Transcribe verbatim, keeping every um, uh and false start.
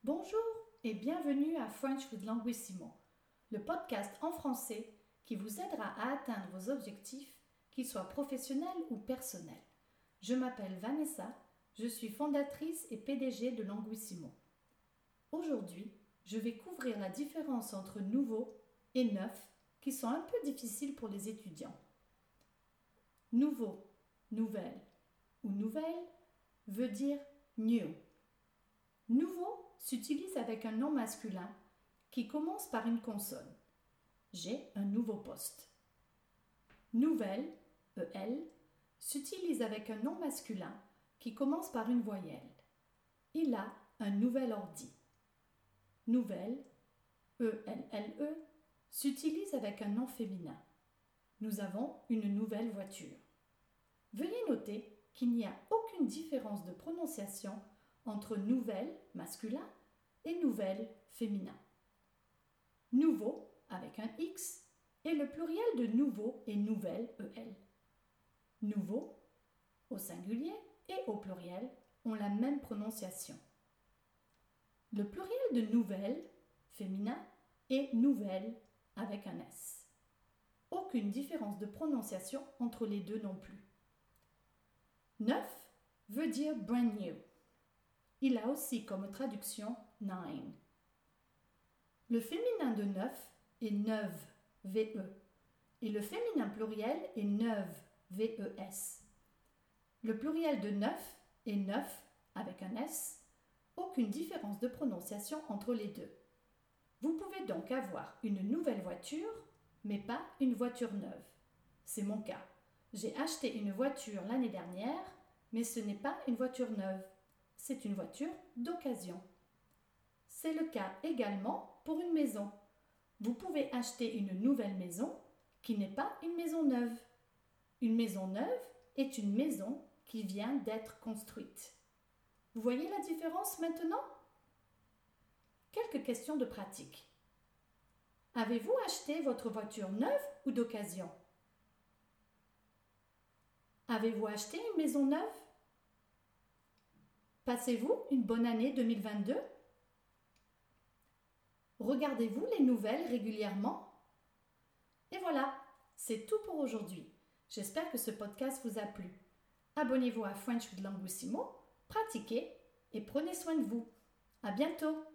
Bonjour et bienvenue à French with Languissimo, le podcast en français qui vous aidera à atteindre vos objectifs, qu'ils soient professionnels ou personnels. Je m'appelle Vanessa, je suis fondatrice et P D G de Languissimo. Aujourd'hui, je vais couvrir la différence entre nouveau et neuf qui sont un peu difficiles pour les étudiants. Nouveau, nouvelle ou nouvelle veut dire new. Nouveau s'utilise avec un nom masculin qui commence par une consonne. J'ai un nouveau poste. Nouvelle, E L, s'utilise avec un nom masculin qui commence par une voyelle. Il a un nouvel ordi. Nouvelle, E L L E, s'utilise avec un nom féminin. Nous avons une nouvelle voiture. Veuillez noter qu'il n'y a aucune différence de prononciation entre nouvelle, masculin, et nouvelle, féminin. Nouveau, avec un X, et le pluriel de nouveau est nouvelle, E L. Nouveau, au singulier et au pluriel, ont la même prononciation. Le pluriel de nouvelle, féminin, est nouvelle, avec un S. Aucune différence de prononciation entre les deux non plus. Neuf veut dire brand new. Il a aussi comme traduction nine. Le féminin de neuf est neuve, V E, et le féminin pluriel est neuve, V E S. Le pluriel de neuf est neuf, avec un S. Aucune différence de prononciation entre les deux. Vous pouvez donc avoir une nouvelle voiture, mais pas une voiture neuve. C'est mon cas. J'ai acheté une voiture l'année dernière, mais ce n'est pas une voiture neuve. C'est une voiture d'occasion. C'est le cas également pour une maison. Vous pouvez acheter une nouvelle maison qui n'est pas une maison neuve. Une maison neuve est une maison qui vient d'être construite. Vous voyez la différence maintenant? Quelques questions de pratique. Avez-vous acheté votre voiture neuve ou d'occasion? Avez-vous acheté une maison neuve? Passez-vous une bonne année deux mille vingt-deux? Regardez-vous les nouvelles régulièrement? Et voilà, c'est tout pour aujourd'hui. J'espère que ce podcast vous a plu. Abonnez-vous à French with Languissimo, pratiquez et prenez soin de vous. À bientôt!